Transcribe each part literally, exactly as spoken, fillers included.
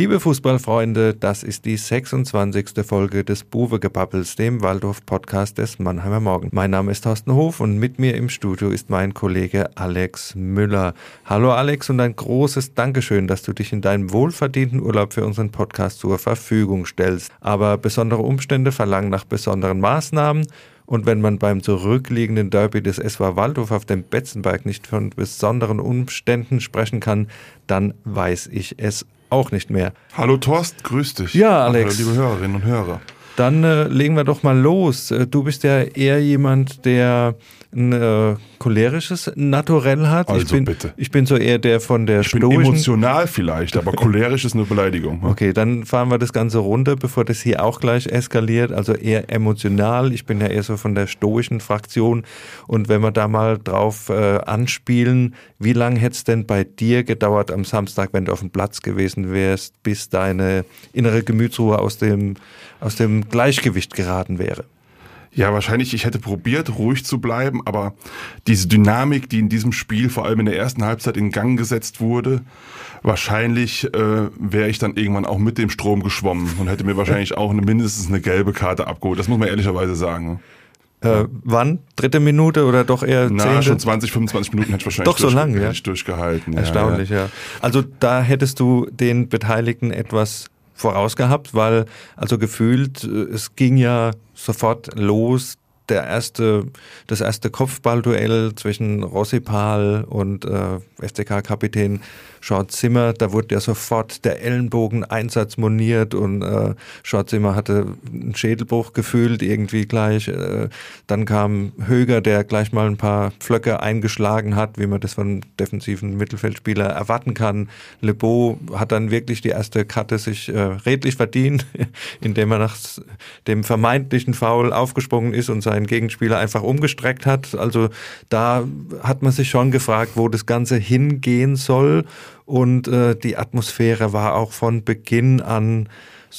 Liebe Fußballfreunde, das ist die sechsundzwanzigste Folge des Buwegebabbels, dem Waldorf-Podcast des Mannheimer Morgen. Mein Name ist Thorsten Hof und mit mir im Studio ist mein Kollege Alex Müller. Hallo Alex und ein großes Dankeschön, dass du dich in deinem wohlverdienten Urlaub für unseren Podcast zur Verfügung stellst. Aber besondere Umstände verlangen nach besonderen Maßnahmen. Und wenn man beim zurückliegenden Derby des S V Waldhof auf dem Betzenberg nicht von besonderen Umständen sprechen kann, dann weiß ich es auch nicht mehr. Hallo Thorsten, grüß dich. Ja, Alex. Hallo, liebe Hörerinnen und Hörer. Dann äh, legen wir doch mal los. Du bist ja eher jemand, der ein äh, cholerisches Naturell hat. Also ich bin, bitte. Ich bin so eher der von der ich stoischen... Ich bin emotional vielleicht, aber cholerisch ist eine Beleidigung. Okay, dann fahren wir das Ganze runter, bevor das hier auch gleich eskaliert. Also eher emotional. Ich bin ja eher so von der stoischen Fraktion. Und wenn wir da mal drauf äh, anspielen, wie lange hätte es denn bei dir gedauert am Samstag, wenn du auf dem Platz gewesen wärst, bis deine innere Gemütsruhe aus dem, aus dem Gleichgewicht geraten wäre? Ja, wahrscheinlich, ich hätte probiert, ruhig zu bleiben, aber diese Dynamik, die in diesem Spiel vor allem in der ersten Halbzeit in Gang gesetzt wurde, wahrscheinlich äh, wäre ich dann irgendwann auch mit dem Strom geschwommen und hätte mir wahrscheinlich auch eine, mindestens eine gelbe Karte abgeholt. Das muss man ehrlicherweise sagen. Äh, wann? Dritte Minute oder doch eher Na, zehnte? schon zwanzig, fünfundzwanzig Minuten hätte ich wahrscheinlich doch so durch, lang, ja? hätte ich durchgehalten. Erstaunlich, ja, ja. ja. Also da hättest du den Beteiligten etwas vorausgehabt, weil also gefühlt, es ging ja sofort los, der erste, das erste Kopfballduell zwischen Rossipal und äh, F C K-Kapitän Short Zimmer, da wurde ja sofort der Ellenbogen-Einsatz moniert und äh, Short Zimmer hatte einen Schädelbruch gefühlt irgendwie gleich. Äh, dann kam Höger, der gleich mal ein paar Pflöcke eingeschlagen hat, wie man das von defensiven Mittelfeldspieler erwarten kann. Le Beau hat dann wirklich die erste Karte sich äh, redlich verdient, indem er nach dem vermeintlichen Foul aufgesprungen ist und seinen Gegenspieler einfach umgestreckt hat. Also da hat man sich schon gefragt, wo das Ganze hingehen soll. Und äh, die Atmosphäre war auch von Beginn an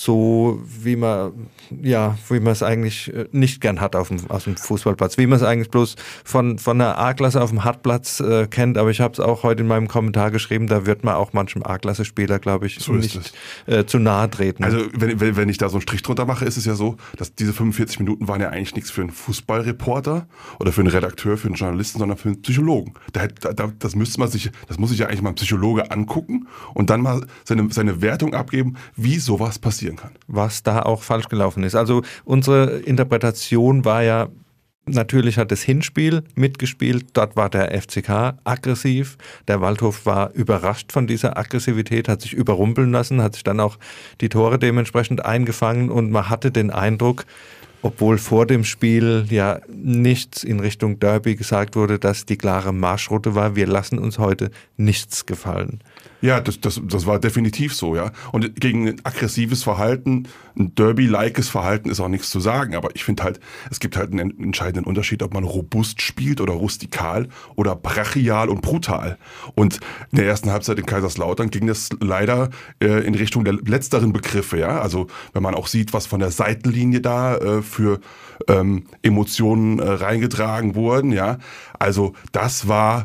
so, wie man ja, wie man es eigentlich nicht gern hat auf dem, auf dem Fußballplatz, wie man es eigentlich bloß von, von einer A-Klasse auf dem Hartplatz äh, kennt, aber ich habe es auch heute in meinem Kommentar geschrieben, da wird man auch manchem A-Klasse-Spieler, glaube ich, so nicht äh, zu nahe treten. Also wenn, wenn, wenn ich da so einen Strich drunter mache, ist es ja so, dass diese fünfundvierzig Minuten waren ja eigentlich nichts für einen Fußballreporter oder für einen Redakteur, für einen Journalisten, sondern für einen Psychologen. Da, da, das müsste man sich, das muss sich ja eigentlich mal ein Psychologe angucken und dann mal seine, seine Wertung abgeben, wie sowas passieren kann. Was da auch falsch gelaufen ist. Also unsere Interpretation war ja, natürlich hat das Hinspiel mitgespielt, dort war der F C K aggressiv, der Waldhof war überrascht von dieser Aggressivität, hat sich überrumpeln lassen, hat sich dann auch die Tore dementsprechend eingefangen und man hatte den Eindruck, obwohl vor dem Spiel ja nichts in Richtung Derby gesagt wurde, dass die klare Marschroute war, wir lassen uns heute nichts gefallen. Ja, das, das, das war definitiv so, ja. Und gegen ein aggressives Verhalten, ein Derby-likes Verhalten ist auch nichts zu sagen. Aber ich finde halt, es gibt halt einen entscheidenden Unterschied, ob man robust spielt oder rustikal oder brachial und brutal. Und in der ersten Halbzeit in Kaiserslautern ging das leider äh, in Richtung der letzteren Begriffe, ja. Also wenn man auch sieht, was von der Seitenlinie da äh, für ähm, Emotionen äh, reingetragen wurden, ja. Also das war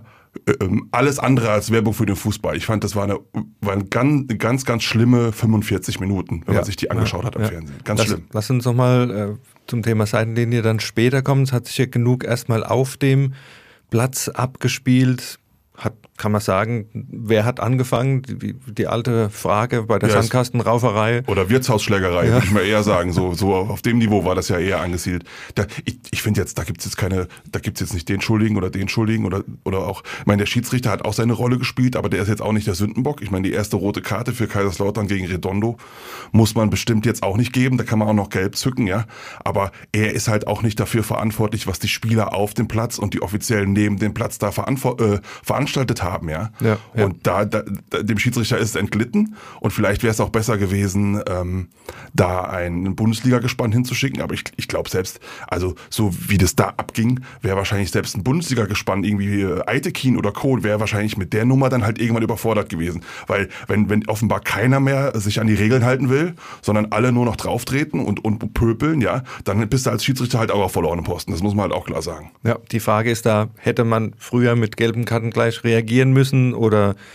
alles andere als Werbung für den Fußball. Ich fand, das war eine, war eine ganz, ganz, ganz schlimme fünfundvierzig Minuten, wenn ja, man sich die angeschaut ja, hat am ja. Fernsehen. Ganz lass, schlimm. Lass uns nochmal äh, zum Thema Seitenlinie dann später kommen. Es hat sich ja genug erstmal auf dem Platz abgespielt. Hat, kann man sagen, wer hat angefangen? Die, die alte Frage bei der ja, Sandkastenrauferei. Oder Wirtshausschlägerei, ja. würde ich mal eher sagen. So, so auf dem Niveau war das ja eher angesiedelt. Da, ich ich finde jetzt, da gibt's jetzt keine, da gibt's jetzt nicht den Schuldigen oder den Schuldigen oder, oder auch, ich meine, der Schiedsrichter hat auch seine Rolle gespielt, aber der ist jetzt auch nicht der Sündenbock. Ich meine, die erste rote Karte für Kaiserslautern gegen Redondo muss man bestimmt jetzt auch nicht geben. Da kann man auch noch gelb zücken, ja. Aber er ist halt auch nicht dafür verantwortlich, was die Spieler auf dem Platz und die Offiziellen neben dem Platz da verantwort, äh, veranstaltet haben, ja. Ja, ja. Und da, da, dem Schiedsrichter ist es entglitten und vielleicht wäre es auch besser gewesen, ähm, da ein Bundesliga-Gespann hinzuschicken, aber ich, ich glaube selbst, also so wie das da abging, wäre wahrscheinlich selbst ein Bundesliga-Gespann, irgendwie äh, Eitekin oder Co., wäre wahrscheinlich mit der Nummer dann halt irgendwann überfordert gewesen, weil wenn, wenn offenbar keiner mehr sich an die Regeln halten will, sondern alle nur noch drauftreten und, und pöpeln, ja, dann bist du als Schiedsrichter halt auch auf verlorenen Posten, das muss man halt auch klar sagen. Ja, die Frage ist da, hätte man früher mit gelben Karten gleich reagieren müssen oder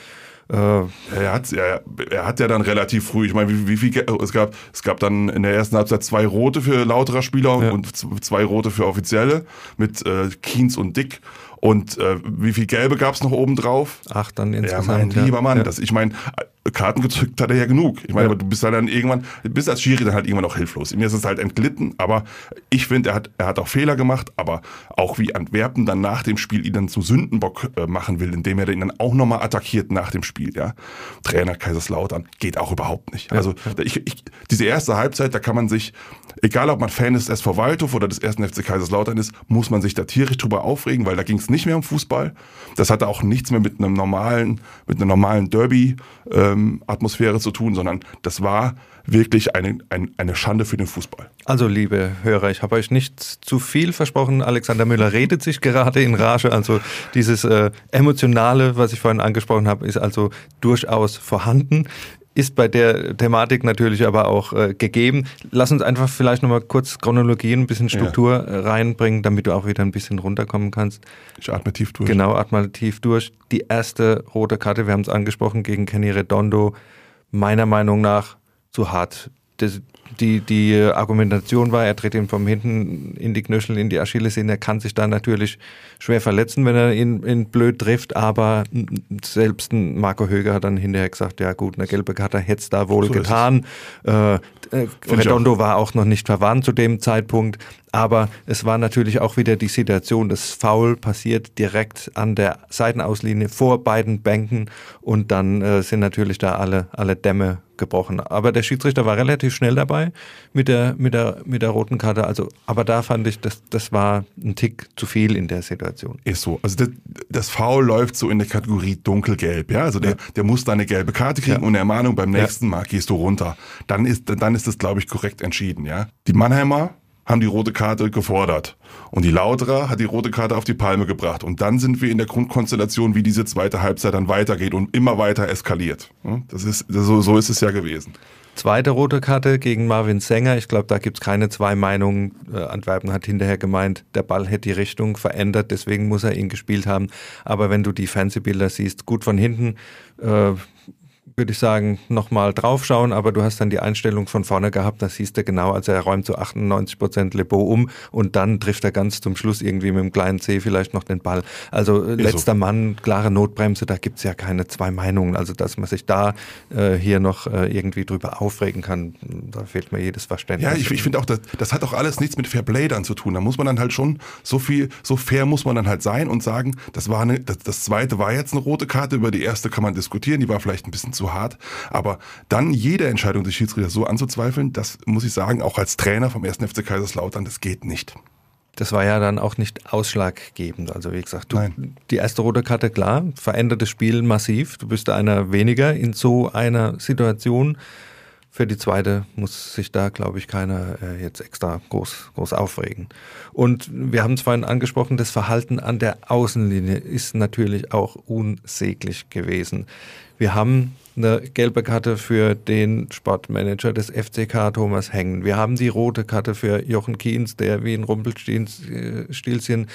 Äh, er, hat, er, er hat ja dann relativ früh, ich meine, wie, wie viel es gab, es gab dann in der ersten Halbzeit zwei Rote für lauterer Spieler ja. und zwei Rote für Offizielle mit äh, Kienz und Dick. Und äh, wie viel Gelbe gab es noch oben drauf? Ach, dann insgesamt. Ja, mein ja. lieber Mann, ja. das, ich meine, Karten gezückt hat er ja genug. Ich meine, ja. aber du bist halt dann irgendwann, bist als Schiri dann halt irgendwann auch hilflos. Mir ist es halt entglitten, aber ich finde, er hat, er hat auch Fehler gemacht, aber auch wie Antwerpen dann nach dem Spiel ihn dann zu Sündenbock äh, machen will, indem er ihn dann auch nochmal attackiert nach dem Spiel, ja. Trainer Kaiserslautern, geht auch überhaupt nicht. Ja. Also ich, ich, diese erste Halbzeit, da kann man sich, egal ob man Fan des S V Waldhof oder des ersten F C Kaiserslautern ist, muss man sich da tierisch drüber aufregen, weil da ging es nicht mehr um Fußball. Das hatte auch nichts mehr mit einem normalen, mit einer normalen Derby ähm, Atmosphäre zu tun, sondern das war wirklich eine, ein, eine Schande für den Fußball. Also liebe Hörer, ich habe euch nicht zu viel versprochen. Alexander Müller redet sich gerade in Rage. Also dieses äh, Emotionale, was ich vorhin angesprochen habe, ist also durchaus vorhanden. Ist bei der Thematik natürlich aber auch äh, gegeben. Lass uns einfach vielleicht nochmal kurz Chronologie, ein bisschen Struktur ja. reinbringen, damit du auch wieder ein bisschen runterkommen kannst. Ich atme tief durch. Genau, atme tief durch. Die erste rote Karte, wir haben es angesprochen, gegen Kenny Redondo, meiner Meinung nach zu hart. Das, die, die Argumentation war, er tritt ihn von hinten in die Knöchel, in die Achillessehne. Er kann sich da natürlich schwer verletzen, wenn er ihn, ihn blöd trifft, aber selbst ein Marco Höger hat dann hinterher gesagt, ja gut, eine gelbe Karte hätte es da wohl so getan. Äh, äh, Redondo auch. war auch noch nicht verwarnt zu dem Zeitpunkt, aber es war natürlich auch wieder die Situation, das Foul passiert direkt an der Seitenauslinie vor beiden Bänken und dann äh, sind natürlich da alle, alle Dämme gebrochen. Aber der Schiedsrichter war relativ schnell dabei mit der, mit der, mit der roten Karte. Also, aber da fand ich, das, das war ein Tick zu viel in der Situation. Ist so. Also das, das Foul läuft so in der Kategorie dunkelgelb. Ja, also der, ja. der muss da eine gelbe Karte kriegen ja. und eine Ermahnung. Beim nächsten ja. Mal gehst du runter. Dann ist, dann ist das, glaube ich, korrekt entschieden. Ja, die Mannheimer haben die rote Karte gefordert. Und die Lauterer hat die rote Karte auf die Palme gebracht. Und dann sind wir in der Grundkonstellation, wie diese zweite Halbzeit dann weitergeht und immer weiter eskaliert. Das ist, so, so ist es ja gewesen. Zweite rote Karte gegen Marvin Sänger. Ich glaube, da gibt es keine zwei Meinungen. Äh, Antwerpen hat hinterher gemeint, der Ball hätte die Richtung verändert, deswegen muss er ihn gespielt haben. Aber wenn du die Fernsehbilder siehst, gut von hinten, äh, würde ich sagen, nochmal draufschauen, aber du hast dann die Einstellung von vorne gehabt, das siehst du genau, also er räumt zu achtundneunzig Prozent Lebeau um und dann trifft er ganz zum Schluss irgendwie mit dem kleinen C vielleicht noch den Ball. Also Ist letzter so. Mann, klare Notbremse, da gibt's ja keine zwei Meinungen, also dass man sich da äh, hier noch äh, irgendwie drüber aufregen kann, da fehlt mir jedes Verständnis. Ja, ich, ich finde auch, das, das hat auch alles nichts mit Fairplay dann zu tun, da muss man dann halt schon so viel, so fair muss man dann halt sein und sagen, das war eine, das, das zweite war jetzt eine rote Karte, über die erste kann man diskutieren, die war vielleicht ein bisschen zu hart, aber dann jede Entscheidung des Schiedsrichters so anzuzweifeln, das muss ich sagen, auch als Trainer vom ersten F C Kaiserslautern, das geht nicht. Das war ja dann auch nicht ausschlaggebend. Also wie gesagt, du, Nein. die erste rote Karte, klar, verändert das Spiel massiv. Du bist einer weniger in so einer Situation. Für die zweite muss sich da, glaube ich, keiner äh, jetzt extra groß, groß aufregen. Und wir haben es vorhin angesprochen, das Verhalten an der Außenlinie ist natürlich auch unsäglich gewesen. Wir haben eine gelbe Karte für den Sportmanager des F C K, Thomas Hengen. Wir haben die rote Karte für Jochen Kienz, der wie ein Rumpelstilzchen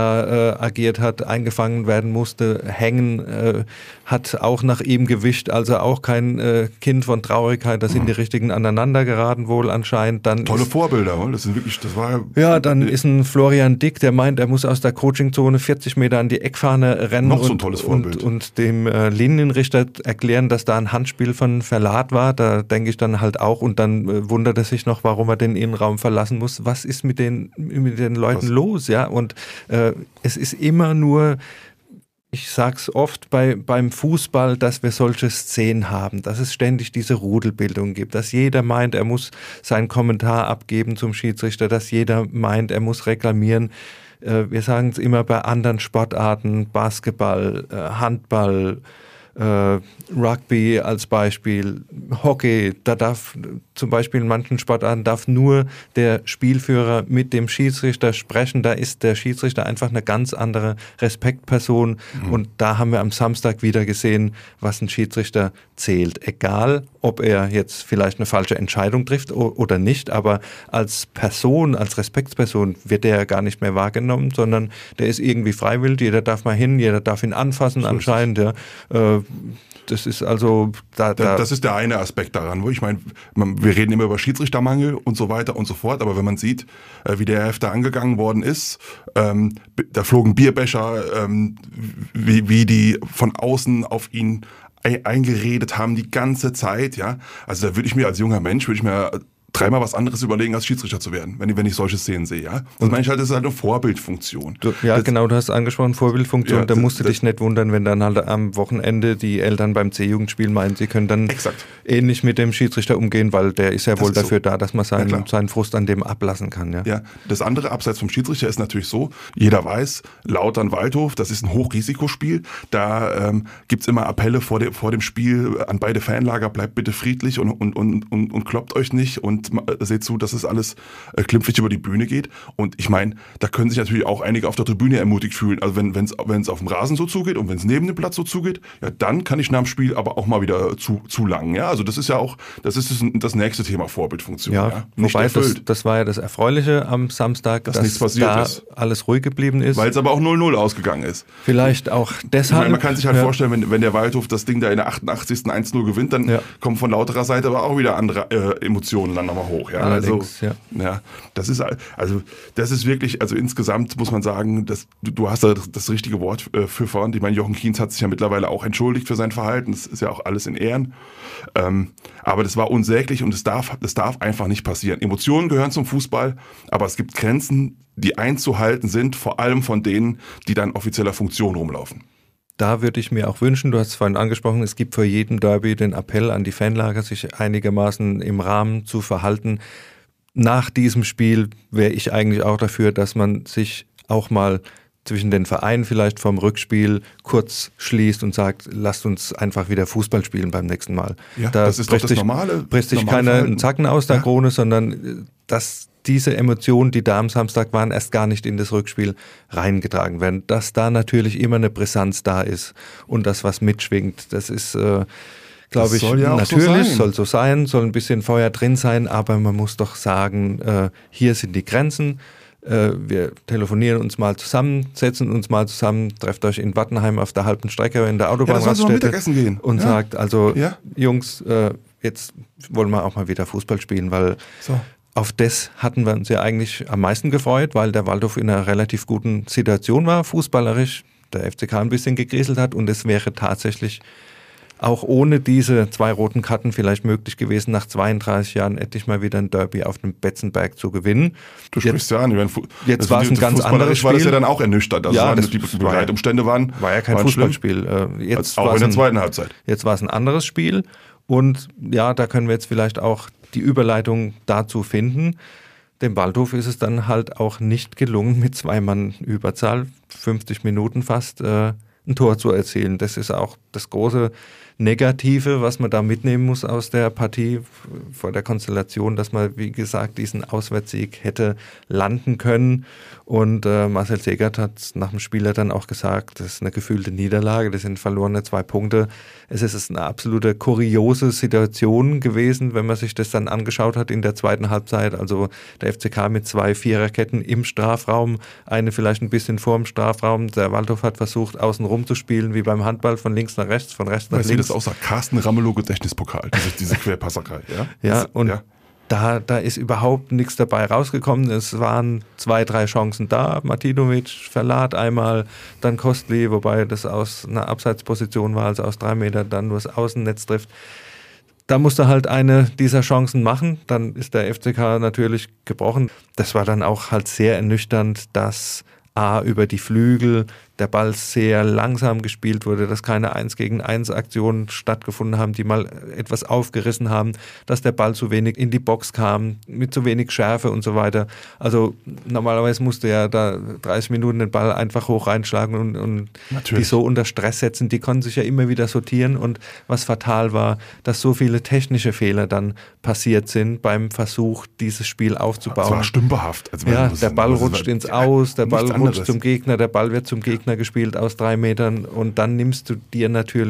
da äh, agiert hat, eingefangen werden musste. Hengen äh, hat auch nach ihm gewischt, also auch kein äh, Kind von Traurigkeit. Da sind die Richtigen aneinander geraten wohl anscheinend. Dann Tolle ist, Vorbilder, oder? Das sind wirklich, das war ja, dann ist ein Florian Dick, der meint, er muss aus der Coachingzone vierzig Meter an die Eckfahne rennen Noch so ein und, tolles Vorbild. und, und dem äh, Linienrichter erklären, dass da ein Handspiel von Verlat war. Da denke ich dann halt auch und dann äh, wundert er sich noch, warum er den Innenraum verlassen muss. Was ist mit den, mit den Leuten Was? los? Ja, und äh, es ist immer nur, ich sag's oft bei, beim Fußball, dass wir solche Szenen haben, dass es ständig diese Rudelbildung gibt, dass jeder meint, er muss seinen Kommentar abgeben zum Schiedsrichter, dass jeder meint, er muss reklamieren. Äh, wir sagen es immer bei anderen Sportarten, Basketball, äh, Handball, Uh, Rugby als Beispiel, Hockey, da darf zum Beispiel in manchen Sportarten darf nur der Spielführer mit dem Schiedsrichter sprechen, da ist der Schiedsrichter einfach eine ganz andere Respektperson mhm. und da haben wir am Samstag wieder gesehen, was ein Schiedsrichter zählt, egal ob er jetzt vielleicht eine falsche Entscheidung trifft oder nicht, aber als Person, als Respektsperson wird er ja gar nicht mehr wahrgenommen, sondern der ist irgendwie freiwillig, jeder darf mal hin, jeder darf ihn anfassen so anscheinend, ja. Äh, das ist also... Da, da das ist der eine Aspekt daran, wo ich meine, wir reden immer über Schiedsrichtermangel und so weiter und so fort, aber wenn man sieht, wie der F da angegangen worden ist, ähm, da flogen Bierbecher, ähm, wie, wie die von außen auf ihn eingeredet haben die ganze Zeit, ja. Also da würde ich mir als junger Mensch, würde ich mir dreimal was anderes überlegen, als Schiedsrichter zu werden, wenn ich, wenn ich solche Szenen sehe, ja. Das meine ich halt, das ist halt eine Vorbildfunktion. Du, ja, das, genau, du hast angesprochen, Vorbildfunktion, ja, da musst du das, dich nicht wundern, wenn dann halt am Wochenende die Eltern beim C-Jugendspiel meinen, sie können dann exakt. ähnlich mit dem Schiedsrichter umgehen, weil der ist ja das wohl ist dafür so. da, dass man seinen, ja, seinen Frust an dem ablassen kann, ja. Ja, das andere abseits vom Schiedsrichter ist natürlich so, jeder weiß, Lautern-Waldhof, das ist ein Hochrisikospiel, da ähm, gibt's immer Appelle vor dem, vor dem Spiel an beide Fanlager, bleibt bitte friedlich und, und, und, und, und kloppt euch nicht und seht zu, dass es alles äh, klimpflich über die Bühne geht. Und ich meine, da können sich natürlich auch einige auf der Tribüne ermutigt fühlen. Also wenn es wenn es auf dem Rasen so zugeht und wenn es neben dem Platz so zugeht, ja, dann kann ich nach dem Spiel aber auch mal wieder zu, zu lang. Ja, also das ist ja auch, das ist das, das nächste Thema Vorbildfunktion. Ja, ja. Nicht wobei das, das war ja das Erfreuliche am Samstag, dass, dass nichts passiert da ist. alles ruhig geblieben ist. Weil es aber auch null null ausgegangen ist. Vielleicht auch deshalb. Ich meine, man kann sich halt ja. vorstellen, wenn, wenn der Waldhof das Ding da in der achtundachtzigsten eins null gewinnt, dann ja. kommen von lauterer Seite aber auch wieder andere äh, Emotionen dann nochmal hoch. Ja, also Also, ja. ja, das ist also das ist wirklich, also insgesamt muss man sagen, dass du, du hast da das richtige Wort äh, für verwandt. Ich meine, Jochen Kienz hat sich ja mittlerweile auch entschuldigt für sein Verhalten. Das ist ja auch alles in Ehren. Ähm, aber das war unsäglich und es darf, das darf einfach nicht passieren. Emotionen gehören zum Fußball, aber es gibt Grenzen, die einzuhalten sind, vor allem von denen, die dann offizieller Funktion rumlaufen. Da würde ich mir auch wünschen, du hast es vorhin angesprochen, es gibt vor jedem Derby den Appell an die Fanlager, sich einigermaßen im Rahmen zu verhalten. Nach diesem Spiel wäre ich eigentlich auch dafür, dass man sich auch mal zwischen den Vereinen vielleicht vom Rückspiel kurz schließt und sagt, lasst uns einfach wieder Fußball spielen beim nächsten Mal. Ja, da das ist doch das normale. Bricht sich keiner einen Zacken aus der ja. Krone, sondern dass diese Emotionen, die da am Samstag waren, erst gar nicht in das Rückspiel reingetragen werden. Dass da natürlich immer eine Brisanz da ist und das, was mitschwingt, das ist... Äh, glaube ich, soll ja natürlich, so soll so sein, soll ein bisschen Feuer drin sein, aber man muss doch sagen, äh, hier sind die Grenzen, äh, wir telefonieren uns mal zusammen, setzen uns mal zusammen, trefft euch in Wattenheim auf der halben Strecke in der Autobahnraststätte ja, und ja. sagt, also ja. Jungs, äh, jetzt wollen wir auch mal wieder Fußball spielen, weil so. auf das hatten wir uns ja eigentlich am meisten gefreut, weil der Waldhof in einer relativ guten Situation war, fußballerisch, der F C K ein bisschen gegräselt hat und es wäre tatsächlich auch ohne diese zwei roten Karten vielleicht möglich gewesen, nach zweiunddreißig Jahren endlich mal wieder ein Derby auf dem Betzenberg zu gewinnen. Du sprichst ja an. Meine, jetzt also war es ein ganz anderes Spiel. War das ja dann auch ernüchternd. Also ja, das die Begleitumstände waren War ja kein waren Fußballspiel. Jetzt auch in der zweiten Halbzeit. Jetzt war es ein anderes Spiel und ja, da können wir jetzt vielleicht auch die Überleitung dazu finden. Dem Waldhof ist es dann halt auch nicht gelungen, mit zwei Mann Überzahl, fünfzig Minuten fast, äh, ein Tor zu erzielen. Das ist auch das große Negative, was man da mitnehmen muss aus der Partie vor der Konstellation, dass man, wie gesagt, diesen Auswärtssieg hätte landen können. Und äh, Marcel Segert hat nach dem Spiel dann auch gesagt, das ist eine gefühlte Niederlage, das sind verlorene zwei Punkte. Es ist eine absolute kuriose Situation gewesen, wenn man sich das dann angeschaut hat in der zweiten Halbzeit. Also der F C K mit zwei Viererketten im Strafraum, eine vielleicht ein bisschen vor dem Strafraum. Der Waldhof hat versucht, außen rum zu spielen, wie beim Handball, von links nach rechts, von rechts nach weißt links. Das außer Carsten Ramelow Gedächtnispokal, diese, diese Querpasserei. Ja, ja das, und ja. Da, da ist überhaupt nichts dabei rausgekommen. Es waren zwei, drei Chancen da. Martinovic verlat einmal, dann Kostli, wobei das aus einer Abseitsposition war, also aus drei Metern dann nur das Außennetz trifft. Da musste halt eine dieser Chancen machen. Dann ist der F C K natürlich gebrochen. Das war dann auch halt sehr ernüchternd, dass A, über die Flügel der Ball sehr langsam gespielt wurde, dass keine eins gegen eins Aktionen stattgefunden haben, die mal etwas aufgerissen haben, dass der Ball zu wenig in die Box kam, mit zu wenig Schärfe und so weiter. Also normalerweise musste ja da dreißig Minuten den Ball einfach hoch reinschlagen und, und die so unter Stress setzen. Die konnten sich ja immer wieder sortieren und was fatal war, dass so viele technische Fehler dann passiert sind beim Versuch, dieses Spiel aufzubauen. Das war stümperhaft. Also ja, der Ball rutscht ins Aus, der Ball rutscht zum Gegner, der Ball wird zum Gegner gespielt aus drei Metern und dann nimmst du dir natürlich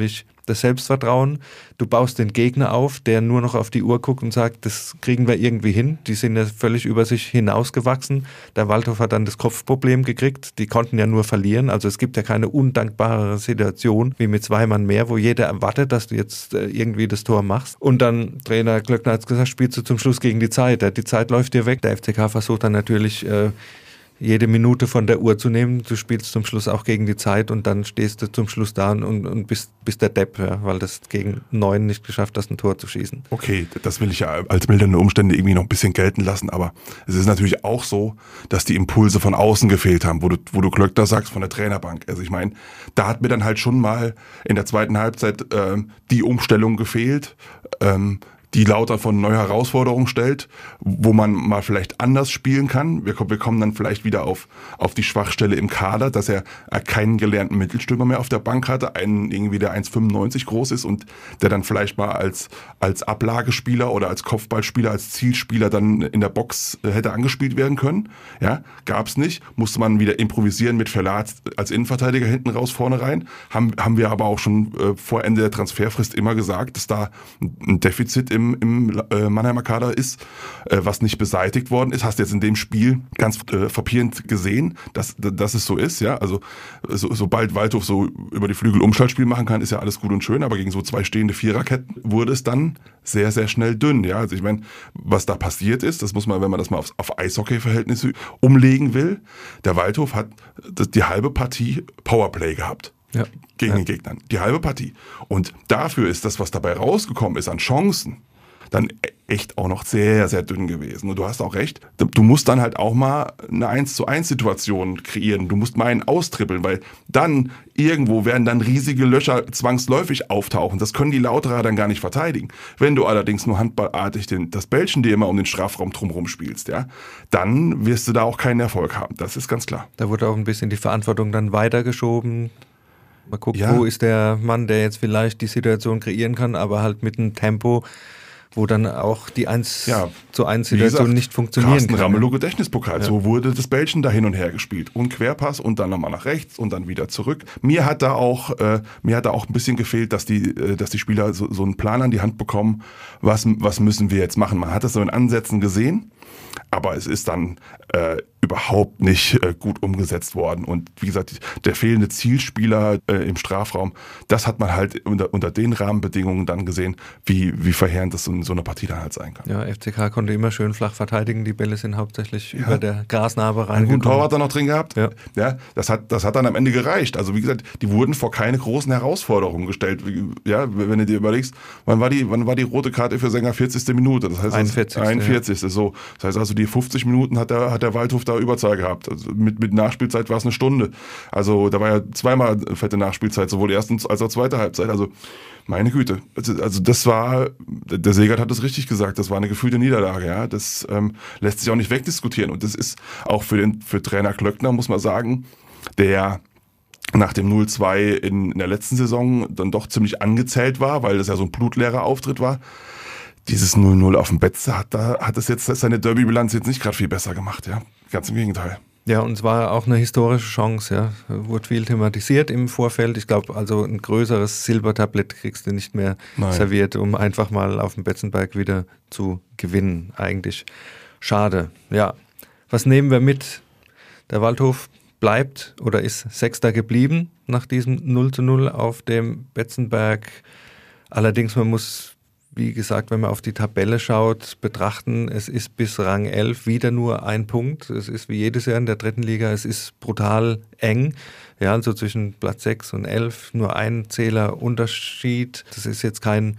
das Selbstvertrauen. Du baust den Gegner auf, der nur noch auf die Uhr guckt und sagt, das kriegen wir irgendwie hin. Die sind ja völlig über sich hinausgewachsen. Der Waldhof hat dann das Kopfproblem gekriegt. Die konnten ja nur verlieren. Also es gibt ja keine undankbare Situation wie mit zwei Mann mehr, wo jeder erwartet, dass du jetzt äh, irgendwie das Tor machst. Und dann Trainer Glöckner hat gesagt, spielst du zum Schluss gegen die Zeit. Die Zeit läuft dir weg. Der F C K versucht dann natürlich äh, jede Minute von der Uhr zu nehmen. Du spielst zum Schluss auch gegen die Zeit und dann stehst du zum Schluss da und, und bist, bist der Depp, ja, weil das gegen neun nicht geschafft hast, ein Tor zu schießen. Okay, das will ich ja als mildernde Umstände irgendwie noch ein bisschen gelten lassen, aber es ist natürlich auch so, dass die Impulse von außen gefehlt haben, wo du, wo du Glöckner sagst, von der Trainerbank. Also ich meine, da hat mir dann halt schon mal in der zweiten Halbzeit ähm, die Umstellung gefehlt, ähm, die lauter von neue Herausforderungen stellt, wo man mal vielleicht anders spielen kann. Wir, wir kommen dann vielleicht wieder auf, auf die Schwachstelle im Kader, dass er keinen gelernten Mittelstürmer mehr auf der Bank hatte, einen irgendwie der eins Komma fünfundneunzig groß ist und der dann vielleicht mal als, als Ablagespieler oder als Kopfballspieler, als Zielspieler dann in der Box hätte angespielt werden können. Ja, gab's nicht. Musste man wieder improvisieren mit Verlat als Innenverteidiger hinten raus, vorne rein. Haben, haben wir aber auch schon äh, vor Ende der Transferfrist immer gesagt, dass da ein Defizit im, im äh, Mannheimer Kader ist, äh, was nicht beseitigt worden ist. Hast du jetzt in dem Spiel ganz äh, frappierend gesehen, dass, dass es so ist. Ja, also so, sobald Waldhof so über die Flügel Umschaltspiel machen kann, ist ja alles gut und schön, aber gegen so zwei stehende Viererketten wurde es dann sehr, sehr schnell dünn. Ja, also ich meine, was da passiert ist, das muss man, wenn man das mal auf, auf Eishockey-Verhältnisse umlegen will, der Waldhof hat die halbe Partie Powerplay gehabt. Ja. Gegen ja. den Gegnern. Die halbe Partie. Und dafür ist das, was dabei rausgekommen ist an Chancen, dann echt auch noch sehr, sehr dünn gewesen. Und du hast auch recht, du musst dann halt auch mal eine eins zu eins Situation kreieren. Du musst mal einen austrippeln, weil dann irgendwo werden dann riesige Löcher zwangsläufig auftauchen. Das können die Lauterer dann gar nicht verteidigen. Wenn du allerdings nur handballartig den, das Bällchen dir immer um den Strafraum drumherum spielst, ja, dann wirst du da auch keinen Erfolg haben. Das ist ganz klar. Da wurde auch ein bisschen die Verantwortung dann weitergeschoben. Mal gucken, ja. Wo ist der Mann, der jetzt vielleicht die Situation kreieren kann, aber halt mit einem Tempo, wo dann auch die eins ja, zu eins Situation nicht funktionieren Carsten kann. Ramelow Gedächtnispokal, ja. So wurde das Bällchen da hin und her gespielt. Und Querpass und dann nochmal nach rechts und dann wieder zurück. Mir hat da auch, äh, mir hat da auch ein bisschen gefehlt, dass die, äh, dass die Spieler so, so einen Plan an die Hand bekommen, was, was müssen wir jetzt machen. Man hat das so in Ansätzen gesehen, aber es ist dann äh, überhaupt nicht äh, gut umgesetzt worden. Und wie gesagt, der fehlende Zielspieler äh, im Strafraum, das hat man halt unter, unter den Rahmenbedingungen dann gesehen, wie, wie verheerend das in so einer Partie dann halt sein kann. Ja, F C K konnte immer schön flach verteidigen. Die Bälle sind hauptsächlich ja. über der Grasnarbe reingekommen. Einen guten Torwart da noch drin gehabt. Ja. Ja, das hat, das hat dann am Ende gereicht. Also wie gesagt, die wurden vor keine großen Herausforderungen gestellt. Ja, wenn du dir überlegst, wann war die, wann war die rote Karte für Sänger vierzigste Minute? Das heißt, einundvierzigste einundvierzigste Ja. So. Das heißt also, die fünfzig Minuten hat der, hat der Waldhof da Überzahl gehabt. Also mit, mit Nachspielzeit war es eine Stunde. Also da war ja zweimal fette Nachspielzeit, sowohl erste als auch zweite Halbzeit. Also meine Güte. Also, also das war, der Segert hat das richtig gesagt, das war eine gefühlte Niederlage. Ja, das ähm, lässt sich auch nicht wegdiskutieren. Und das ist auch für den für Trainer Glöckner, muss man sagen, der nach dem null zwei in, in der letzten Saison dann doch ziemlich angezählt war, weil das ja so ein blutleerer Auftritt war. Dieses null null auf dem Betze hat da hat es jetzt seine Derby-Bilanz jetzt nicht gerade viel besser gemacht, ja. Ganz im Gegenteil. Ja, und es war auch eine historische Chance, ja. Wurde viel thematisiert im Vorfeld. Ich glaube, also ein größeres Silbertablett kriegst du nicht mehr Nein. serviert, um einfach mal auf dem Betzenberg wieder zu gewinnen. Eigentlich schade. Ja. Was nehmen wir mit? Der Waldhof bleibt oder ist Sechster geblieben nach diesem null zu null auf dem Betzenberg. Allerdings, man muss, wie gesagt, wenn man auf die Tabelle schaut, betrachten, es ist bis Rang elf wieder nur ein Punkt. Es ist wie jedes Jahr in der dritten Liga, es ist brutal eng. Ja, also zwischen Platz sechs und elf nur ein Zähler Unterschied. Das ist jetzt kein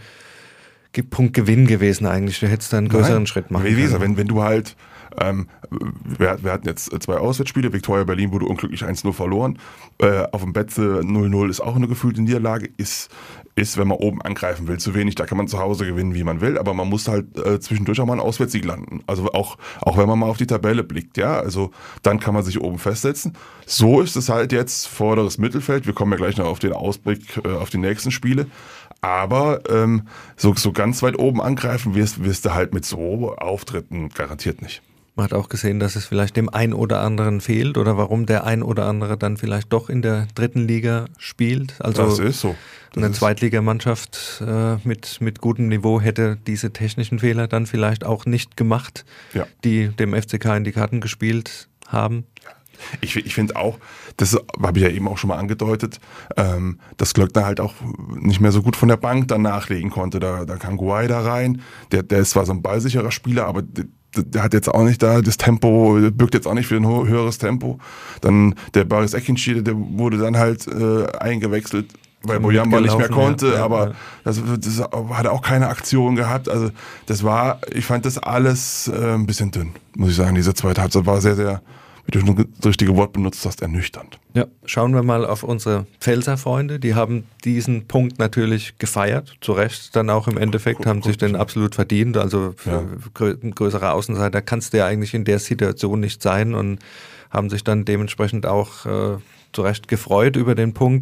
Punktgewinn gewesen eigentlich. Du hättest da einen größeren Nein. Schritt machen können. Wie gesagt, wenn, wenn du halt, ähm, wir, wir hatten jetzt zwei Auswärtsspiele, Viktoria Berlin wurde unglücklich eins null verloren. Äh, auf dem Betze null null ist auch eine gefühlte Niederlage, ist ist, wenn man oben angreifen will, zu wenig. Da kann man zu Hause gewinnen, wie man will, aber man muss halt äh, zwischendurch auch mal einen Auswärtssieg landen. Also auch, auch wenn man mal auf die Tabelle blickt, ja, also dann kann man sich oben festsetzen. So ist es halt jetzt vorderes Mittelfeld. Wir kommen ja gleich noch auf den Ausblick äh, auf die nächsten Spiele. Aber ähm, so, so ganz weit oben angreifen wirst, wirst du halt mit so Auftritten garantiert nicht. Man hat auch gesehen, dass es vielleicht dem ein oder anderen fehlt oder warum der ein oder andere dann vielleicht doch in der dritten Liga spielt. Also das ist so. Das eine ist Zweitligamannschaft äh, mit, mit gutem Niveau hätte diese technischen Fehler dann vielleicht auch nicht gemacht, ja. die dem F C K in die Karten gespielt haben. Ich, ich finde auch, das habe ich ja eben auch schon mal angedeutet, ähm, dass Glöckner halt auch nicht mehr so gut von der Bank dann nachlegen konnte. Da, da kam Guay da rein, der, der ist zwar so ein ballsicherer Spieler, aber der, der hat jetzt auch nicht da das Tempo, der birgt jetzt auch nicht für ein höheres Tempo. Dann der Baris Ekinci, der wurde dann halt äh, eingewechselt, weil Boyamba nicht mehr konnte, ja, aber ja. Das, das hat auch keine Aktion gehabt. Also das war, ich fand das alles äh, ein bisschen dünn, muss ich sagen. Diese zweite Halbzeit war sehr, sehr, wie du schon das richtige Wort benutzt hast, ernüchternd. Ja, schauen wir mal auf unsere Pfälzer Freunde. Die haben diesen Punkt natürlich gefeiert, zu Recht dann auch im Endeffekt, haben sich den absolut verdient. Also ja. ein größerer Außenseiter kannst du ja eigentlich in der Situation nicht sein und haben sich dann dementsprechend auch äh, zu Recht gefreut über den Punkt.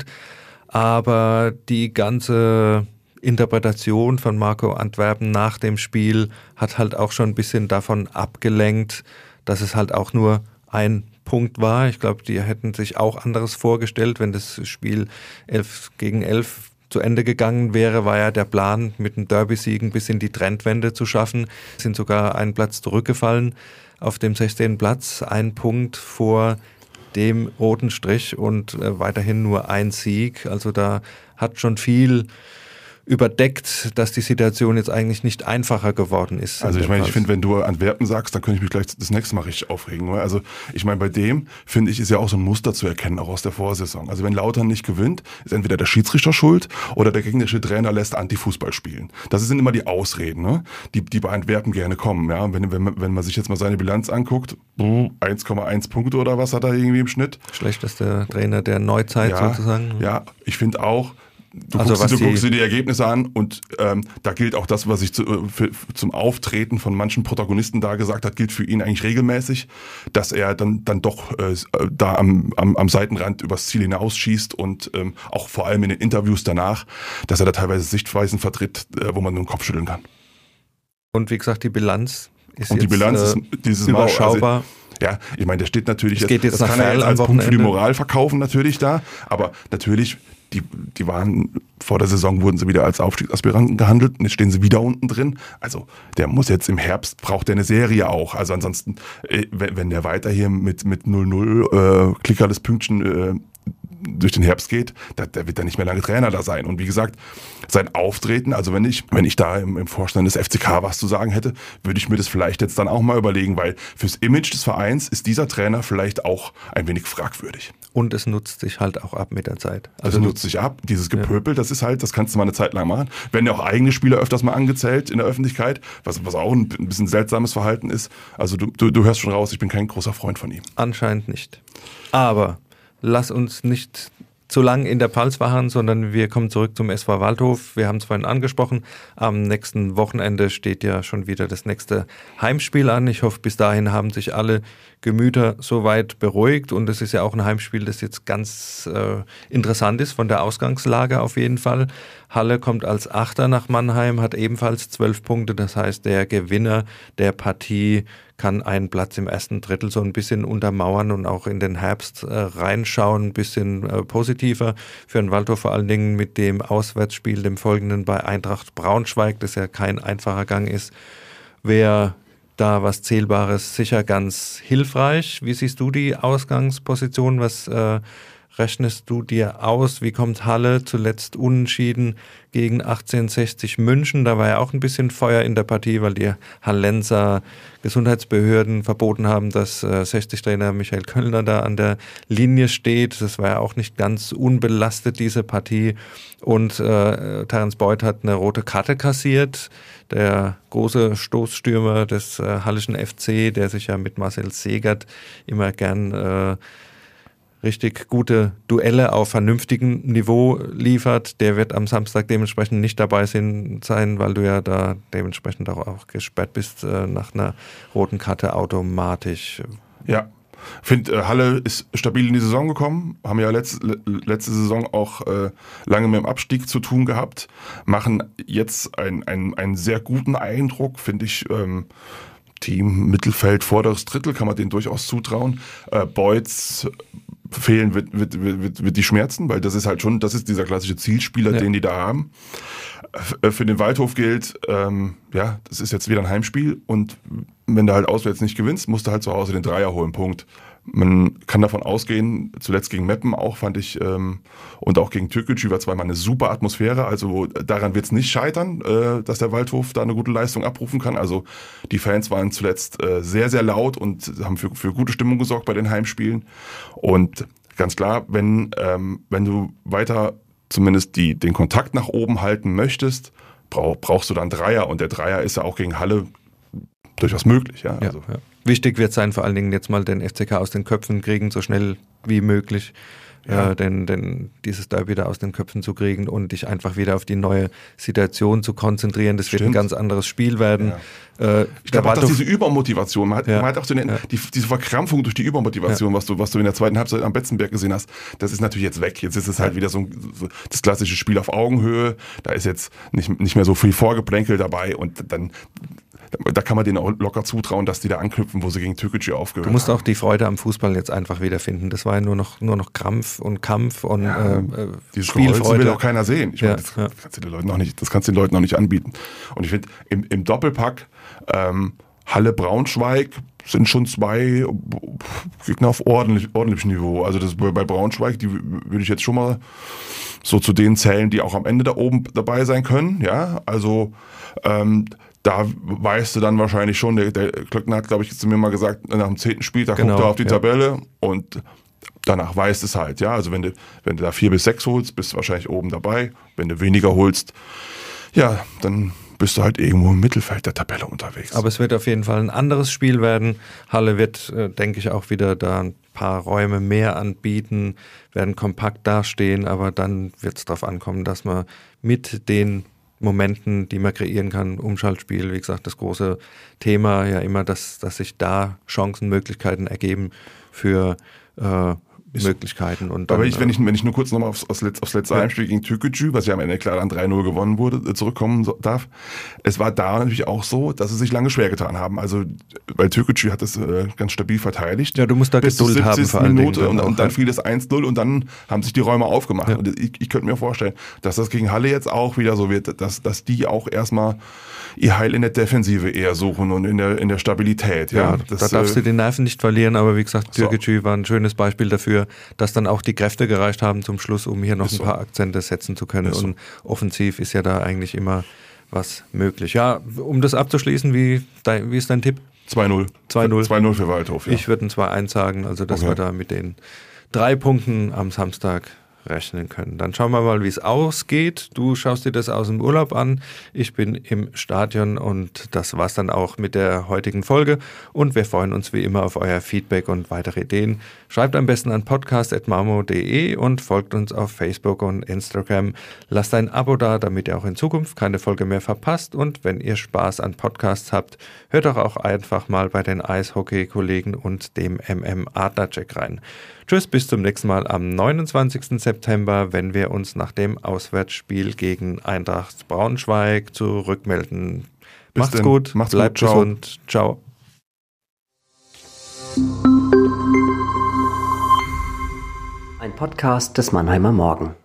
Aber die ganze Interpretation von Marco Antwerpen nach dem Spiel hat halt auch schon ein bisschen davon abgelenkt, dass es halt auch nur ein Punkt war. Ich glaube, die hätten sich auch anderes vorgestellt, wenn das Spiel elf gegen elf zu Ende gegangen wäre, war ja der Plan, mit dem Derby-Siegen bis in die Trendwende zu schaffen. Sind sogar einen Platz zurückgefallen auf dem sechzehnten Platz, ein Punkt vor dem roten Strich und äh, weiterhin nur ein Sieg. Also da hat schon viel überdeckt, dass die Situation jetzt eigentlich nicht einfacher geworden ist. Also ich meine, ich finde, wenn du Antwerpen sagst, dann könnte ich mich gleich das nächste Mal richtig aufregen. Also ich meine, bei dem, finde ich, ist ja auch so ein Muster zu erkennen, auch aus der Vorsaison. Also wenn Lautern nicht gewinnt, ist entweder der Schiedsrichter schuld oder der gegnerische Trainer lässt Antifußball spielen. Das sind immer die Ausreden, ne? die, die bei Antwerpen gerne kommen. Ja? Wenn, wenn, wenn man sich jetzt mal seine Bilanz anguckt, eins Komma eins Punkte oder was hat er irgendwie im Schnitt? Schlechtester Trainer der Neuzeit ja, sozusagen. Ja, ich finde auch, Du, also guckst, du die guckst dir die Ergebnisse an und ähm, da gilt auch das, was ich zu, für, zum Auftreten von manchen Protagonisten da gesagt hat, gilt für ihn eigentlich regelmäßig, dass er dann dann doch äh, da am, am, am Seitenrand übers Ziel hinausschießt und ähm, auch vor allem in den Interviews danach, dass er da teilweise Sichtweisen vertritt, äh, wo man nur den Kopf schütteln kann. Und wie gesagt, die Bilanz ist und jetzt die Bilanz äh, ist dieses überschaubar. Mal, also, ja, ich meine, der steht natürlich, es geht jetzt das nach kann er jetzt als Punkt für die Wochenende. Moral verkaufen natürlich da, aber natürlich Die, die waren, vor der Saison wurden sie wieder als Aufstiegsaspiranten gehandelt und jetzt stehen sie wieder unten drin. Also der muss jetzt im Herbst, braucht der eine Serie auch. Also ansonsten, wenn, wenn der weiter hier mit, mit null null äh, klickerles Pünktchen äh, durch den Herbst geht, da, da wird er nicht mehr lange Trainer da sein. Und wie gesagt, sein Auftreten, also wenn ich, wenn ich da im, im Vorstand des F C K was zu sagen hätte, würde ich mir das vielleicht jetzt dann auch mal überlegen, weil fürs Image des Vereins ist dieser Trainer vielleicht auch ein wenig fragwürdig. Und es nutzt sich halt auch ab mit der Zeit. Also das nutzt sich ab. Dieses Gepöpel, ja. das ist halt, das kannst du mal eine Zeit lang machen. Werden ja auch eigene Spieler öfters mal angezählt in der Öffentlichkeit, was, was auch ein bisschen seltsames Verhalten ist. Also du, du, du hörst schon raus, ich bin kein großer Freund von ihm. Anscheinend nicht. Aber lass uns nicht zu lang in der Pfalz verharren, sondern wir kommen zurück zum S V Waldhof. Wir haben es vorhin angesprochen, am nächsten Wochenende steht ja schon wieder das nächste Heimspiel an. Ich hoffe, bis dahin haben sich alle Gemüter soweit beruhigt und es ist ja auch ein Heimspiel, das jetzt ganz äh, interessant ist von der Ausgangslage auf jeden Fall. Halle kommt als Achter nach Mannheim, hat ebenfalls zwölf Punkte, das heißt der Gewinner der Partie kann einen Platz im ersten Drittel so ein bisschen untermauern und auch in den Herbst äh, reinschauen, ein bisschen äh, positiver für den Waldhof, vor allen Dingen mit dem Auswärtsspiel, dem folgenden bei Eintracht Braunschweig, das ja kein einfacher Gang ist, wäre da was Zählbares sicher ganz hilfreich. Wie siehst du die Ausgangsposition? Was äh, rechnest du dir aus? Wie kommt Halle zuletzt unentschieden gegen achtzehnhundertsechzig München? Da war ja auch ein bisschen Feuer in der Partie, weil die Hallenser Gesundheitsbehörden verboten haben, dass äh, sechzig-Trainer Michael Köllner da an der Linie steht. Das war ja auch nicht ganz unbelastet, diese Partie. Und äh, Terence Boyd hat eine rote Karte kassiert. Der große Stoßstürmer des äh, Hallischen F C, der sich ja mit Marcel Segert immer gern äh, richtig gute Duelle auf vernünftigem Niveau liefert, der wird am Samstag dementsprechend nicht dabei sein, weil du ja da dementsprechend auch, auch gesperrt bist äh, nach einer roten Karte automatisch. Ja, ich finde, Halle ist stabil in die Saison gekommen, haben ja letzte, letzte Saison auch äh, lange mit dem Abstieg zu tun gehabt, machen jetzt einen, einen, einen sehr guten Eindruck, finde ich. Ähm, Team, Mittelfeld, vorderes Drittel kann man denen durchaus zutrauen. Äh, Boyds fehlen wird, wird, wird, wird die Schmerzen, weil das ist halt schon, das ist dieser klassische Zielspieler, ja. den die da haben. Äh, für den Waldhof gilt, ähm, ja, das ist jetzt wieder ein Heimspiel und wenn du halt auswärts nicht gewinnst, musst du halt zu Hause den Dreier holen, Punkt. Man kann davon ausgehen, zuletzt gegen Meppen auch, fand ich, ähm, und auch gegen Türkgücü war zweimal eine super Atmosphäre, also daran wird es nicht scheitern, äh, dass der Waldhof da eine gute Leistung abrufen kann. Also die Fans waren zuletzt äh, sehr, sehr laut und haben für, für gute Stimmung gesorgt bei den Heimspielen. Und ganz klar, wenn, ähm, wenn du weiter zumindest die, den Kontakt nach oben halten möchtest, brauch, brauchst du dann Dreier und der Dreier ist ja auch gegen Halle durchaus möglich. Ja, ja, also. ja. Wichtig wird sein, vor allen Dingen jetzt mal den F C K aus den Köpfen kriegen, so schnell wie möglich, ja. äh, denn, denn dieses Derby da aus den Köpfen zu kriegen und dich einfach wieder auf die neue Situation zu konzentrieren. Das Stimmt. wird ein ganz anderes Spiel werden. Ja. Äh, ich glaube auch, dass diese Übermotivation, man hat, ja. man hat auch so eine, ja. die, diese Verkrampfung durch die Übermotivation, ja. was du, was du in der zweiten Halbzeit am Betzenberg gesehen hast, das ist natürlich jetzt weg. Jetzt ist es halt ja. wieder so, so das klassische Spiel auf Augenhöhe. Da ist jetzt nicht, nicht mehr so viel Vorgeplänkel dabei und dann da kann man denen auch locker zutrauen, dass die da anknüpfen, wo sie gegen Türkgücü aufgehört haben. Du musst haben. auch die Freude am Fußball jetzt einfach wiederfinden. Das war ja nur noch, nur noch Krampf und Kampf und ja, äh, dieses Spielfreude. Will auch keiner sehen. Ich ja, meine, das, ja. kannst du den Leuten noch nicht, das kannst du den Leuten noch nicht anbieten. Und ich finde, im, im Doppelpack ähm, Halle-Braunschweig sind schon zwei Gegner auf ordentlich, ordentlichem Niveau. Also das bei Braunschweig, die würde ich jetzt schon mal so zu denen zählen, die auch am Ende da oben dabei sein können. Ja, also ähm, da weißt du dann wahrscheinlich schon, der, der Klöckner hat, glaube ich, zu mir mal gesagt, nach dem zehnten Spieltag genau, guckt er auf die ja. Tabelle und danach weißt es halt. Ja, also wenn du, wenn du da vier bis sechs holst, bist du wahrscheinlich oben dabei. Wenn du weniger holst, ja, dann bist du halt irgendwo im Mittelfeld der Tabelle unterwegs. Aber es wird auf jeden Fall ein anderes Spiel werden. Halle wird, äh, denke ich, auch wieder da ein paar Räume mehr anbieten, werden kompakt dastehen, aber dann wird es darauf ankommen, dass man mit den Momenten, die man kreieren kann, Umschaltspiel, wie gesagt, das große Thema ja immer, dass, dass sich da Chancen, Möglichkeiten ergeben für äh, Möglichkeiten. Und dann, aber ich, wenn, ich, wenn ich nur kurz nochmal aufs, aufs letzte, aufs letzte ja. Heimspiel gegen Türkgücü, was ja am Ende klar dann drei null gewonnen wurde, zurückkommen darf. Es war da natürlich auch so, dass sie sich lange schwer getan haben. Also, weil Türkgücü hat es äh, ganz stabil verteidigt. Ja, du musst da Geduld haben vor allen Minute Dingen. Und, und dann fiel es eins null und dann haben sich die Räume aufgemacht. Ja. Und ich, ich könnte mir vorstellen, dass das gegen Halle jetzt auch wieder so wird, dass, dass die auch erstmal ihr Heil in der Defensive eher suchen und in der, in der Stabilität. Ja, ja das, da darfst äh, du den Nerven nicht verlieren, aber wie gesagt, Türkgücü so. war ein schönes Beispiel dafür, dass dann auch die Kräfte gereicht haben zum Schluss, um hier noch ist ein so. paar Akzente setzen zu können. Ist und so. offensiv ist ja da eigentlich immer was möglich. Ja, um das abzuschließen, wie, dein, wie ist dein Tipp? zwei null. zwei null. zwei null für Waldhof, ja. Ich würde ein zwei eins sagen, also dass okay. wir da mit den drei Punkten am Samstag rechnen können. Dann schauen wir mal, wie es ausgeht. Du schaust dir das aus dem Urlaub an. Ich bin im Stadion und das war's dann auch mit der heutigen Folge und wir freuen uns wie immer auf euer Feedback und weitere Ideen. Schreibt am besten an podcast at marmo punkt de und folgt uns auf Facebook und Instagram. Lasst ein Abo da, damit ihr auch in Zukunft keine Folge mehr verpasst und wenn ihr Spaß an Podcasts habt, hört doch auch einfach mal bei den Eishockey-Kollegen und dem M M Adlercheck rein. Tschüss, bis zum nächsten Mal am neunundzwanzigsten September, wenn wir uns nach dem Auswärtsspiel gegen Eintracht Braunschweig zurückmelden. Bis Macht's denn. gut, Macht's bleibt gut. gesund. Ciao. Ein Podcast des Mannheimer Morgen.